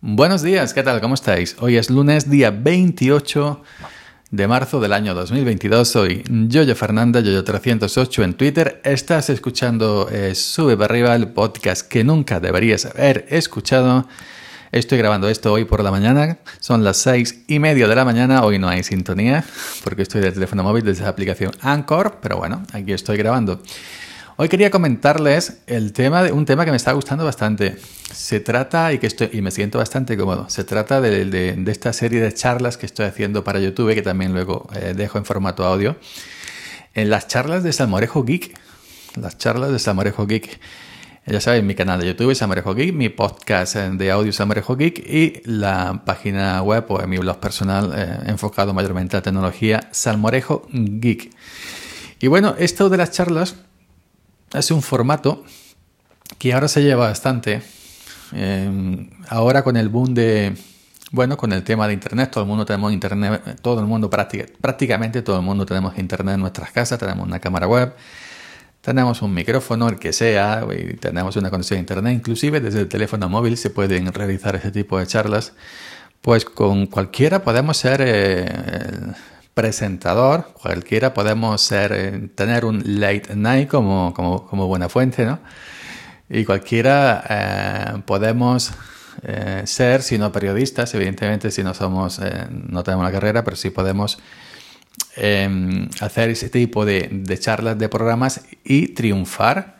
Buenos días, ¿qué tal? ¿Cómo estáis? Hoy es lunes, día 28 de marzo del año 2022. Soy Yoyo Fernanda, Yoyo308 en Twitter. Estás escuchando Sube para arriba, el podcast que nunca deberías haber escuchado. Estoy grabando esto hoy por la mañana. Son las 6:30 de la mañana. Hoy no hay sintonía porque estoy del teléfono móvil desde la aplicación Anchor. Pero bueno, aquí estoy grabando. Hoy quería comentarles un tema que me está gustando bastante. Se trata, y me siento bastante cómodo, se trata de esta serie de charlas que estoy haciendo para YouTube, que también luego dejo en formato audio. En las charlas de Salmorejo Geek. Las charlas de Salmorejo Geek. Ya sabéis, mi canal de YouTube es Salmorejo Geek, mi podcast de audio Salmorejo Geek y la página web o mi blog personal enfocado mayormente a la tecnología Salmorejo Geek. Y bueno, esto de las charlas es un formato que ahora se lleva bastante. Ahora con el boom con el tema de internet, todo el mundo tenemos internet, prácticamente todo el mundo tenemos internet en nuestras casas, tenemos una cámara web, tenemos un micrófono, el que sea, y tenemos una conexión a internet, inclusive desde el teléfono móvil se pueden realizar ese tipo de charlas. Pues con cualquiera podemos ser el presentador, cualquiera podemos tener un late night como Buenafuente, ¿no? Y cualquiera podemos ser, si no periodistas, evidentemente, si no somos, no tenemos la carrera, pero sí podemos hacer ese tipo de charlas, de programas y triunfar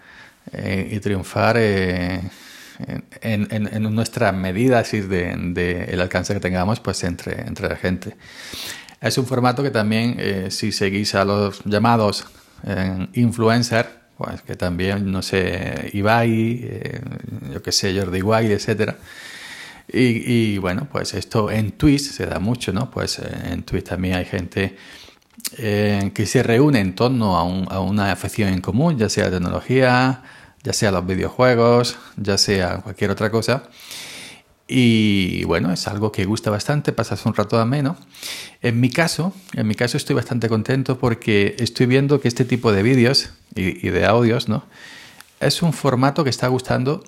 en nuestra medida, así de el alcance que tengamos, pues entre la gente. Es un formato que también, si seguís a los llamados influencers, pues que también, no sé, Ibai, yo qué sé, Jordi Wild, etcétera. Y bueno, pues esto en Twitch se da mucho, ¿no? Pues en Twitch también hay gente que se reúne en torno a una afición en común, ya sea tecnología, ya sea los videojuegos, ya sea cualquier otra cosa. Y bueno, es algo que gusta bastante, pasas un rato ameno. En mi caso estoy bastante contento porque estoy viendo que este tipo de vídeos y de audios, ¿no? Es un formato que está gustando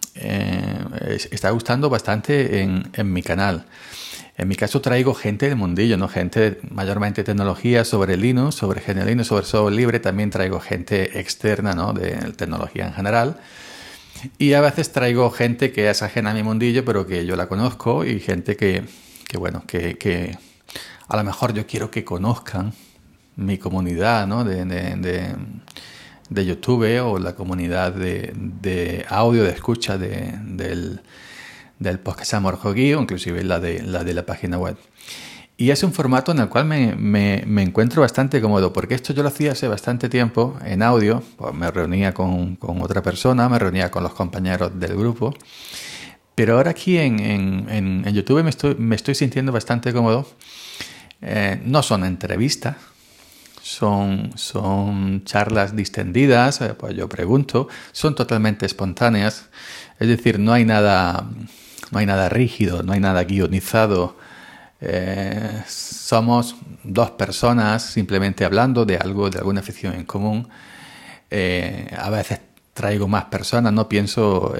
bastante en mi canal. En mi caso traigo gente del mundillo, ¿no? Gente mayormente de tecnología, sobre Linux, sobre GNU Linux, sobre software libre. También traigo gente externa, ¿no? De tecnología en general. Y a veces traigo gente que es ajena a mi mundillo, pero que yo la conozco, y gente que a lo mejor yo quiero que conozcan mi comunidad, ¿no? de YouTube, o la comunidad de audio, de escucha del podcast Salmorejo Geek, o inclusive la de la página web. Y es un formato en el cual me encuentro bastante cómodo, porque esto yo lo hacía hace bastante tiempo en audio. Pues me reunía con otra persona, me reunía con los compañeros del grupo. Pero ahora aquí en YouTube me estoy sintiendo bastante cómodo. No son entrevistas, son charlas distendidas, pues yo pregunto, son totalmente espontáneas. Es decir, no hay nada rígido, no hay nada guionizado. Somos dos personas simplemente hablando de algo, de alguna afición en común. A veces traigo más personas, no pienso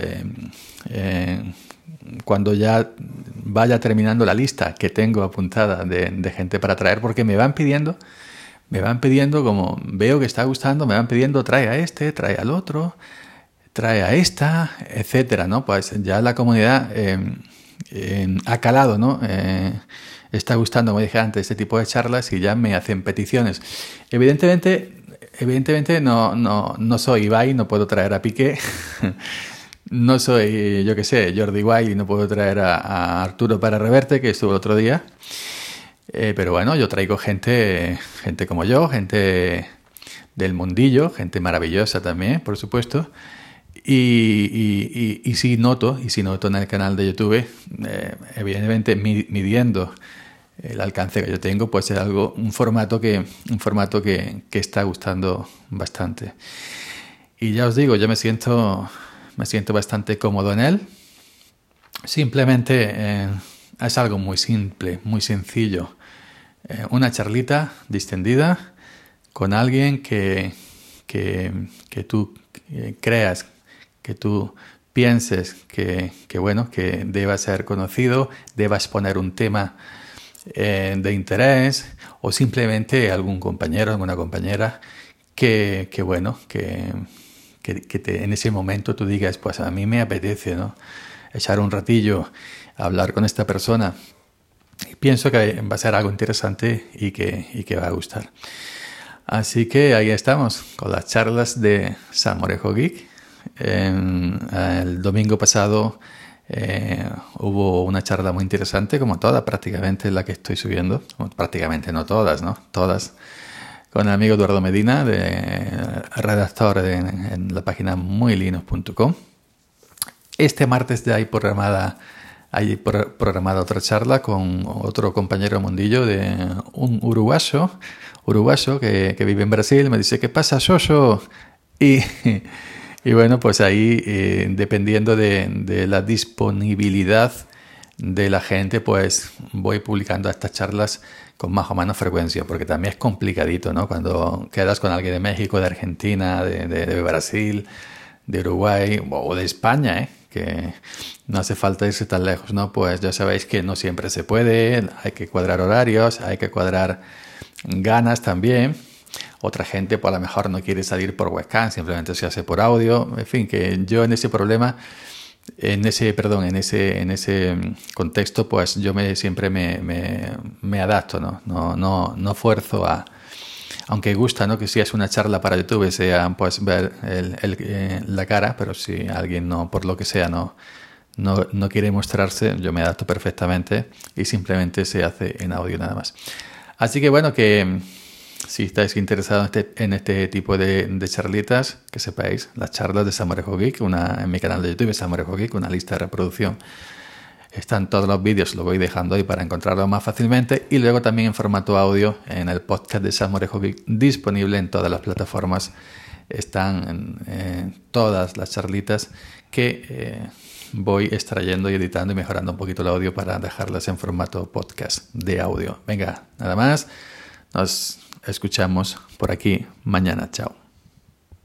cuando ya vaya terminando la lista que tengo apuntada de gente para traer, porque me van pidiendo, como veo que está gustando, me van pidiendo, trae a este, trae al otro, trae a esta, etcétera, ¿no? Pues ya la comunidad ha calado, ¿no? Está gustando, como dije antes, este tipo de charlas, y ya me hacen peticiones. Evidentemente no soy Ibai, no puedo traer a Piqué. No soy, yo qué sé, Jordi Wild, y no puedo traer a Arturo para Reverte, que estuvo el otro día. Pero bueno, yo traigo gente como yo, gente del mundillo, gente maravillosa también, por supuesto. Y si noto en el canal de YouTube, evidentemente midiendo el alcance que yo tengo, pues es un formato que está gustando bastante. Y ya os digo, yo me siento bastante cómodo en él. Simplemente es algo muy simple, muy sencillo. Una charlita distendida con alguien que tú creas, que tú pienses que deba ser conocido, deba exponer un tema de interés, o simplemente algún compañero, alguna compañera que en ese momento tú digas, pues a mí me apetece, ¿no?, echar un ratillo a hablar con esta persona. Y pienso que va a ser algo interesante y que va a gustar. Así que ahí estamos con las charlas de Salmorejo Geek. El domingo pasado hubo una charla muy interesante, como todas prácticamente la que estoy subiendo. Prácticamente, no todas, ¿no? Todas. Con el amigo Eduardo Medina, redactor en la página muylinux.com. Este martes hay programada otra charla con otro compañero mundillo, de un uruguayo que vive en Brasil. Me dice, ¿qué pasa, Yoyo? Y bueno, pues ahí, dependiendo de la disponibilidad de la gente, pues voy publicando estas charlas con más o menos frecuencia, porque también es complicadito, ¿no? Cuando quedas con alguien de México, de Argentina, de Brasil, de Uruguay o de España, que no hace falta irse tan lejos, ¿no? Pues ya sabéis que no siempre se puede, hay que cuadrar horarios, hay que cuadrar ganas también. Otra gente, pues a lo mejor no quiere salir por webcam, simplemente se hace por audio. En fin, que yo en ese contexto, pues yo siempre me adapto, ¿no? No fuerzo a... Aunque gusta, ¿no?, que si es una charla para YouTube sea pues ver la cara, pero si alguien no, por lo que sea, no quiere mostrarse, yo me adapto perfectamente y simplemente se hace en audio nada más. Así que bueno, que si estáis interesados en este tipo de charlitas, que sepáis, las charlas de Salmorejo Geek, en mi canal de YouTube, Salmorejo Geek, una lista de reproducción. Están todos los vídeos, lo voy dejando ahí para encontrarlo más fácilmente, y luego también en formato audio en el podcast de Salmorejo Geek, disponible en todas las plataformas. Están en todas las charlitas que voy extrayendo y editando y mejorando un poquito el audio para dejarlas en formato podcast de audio. Venga, nada más, nos escuchamos por aquí mañana. Chao.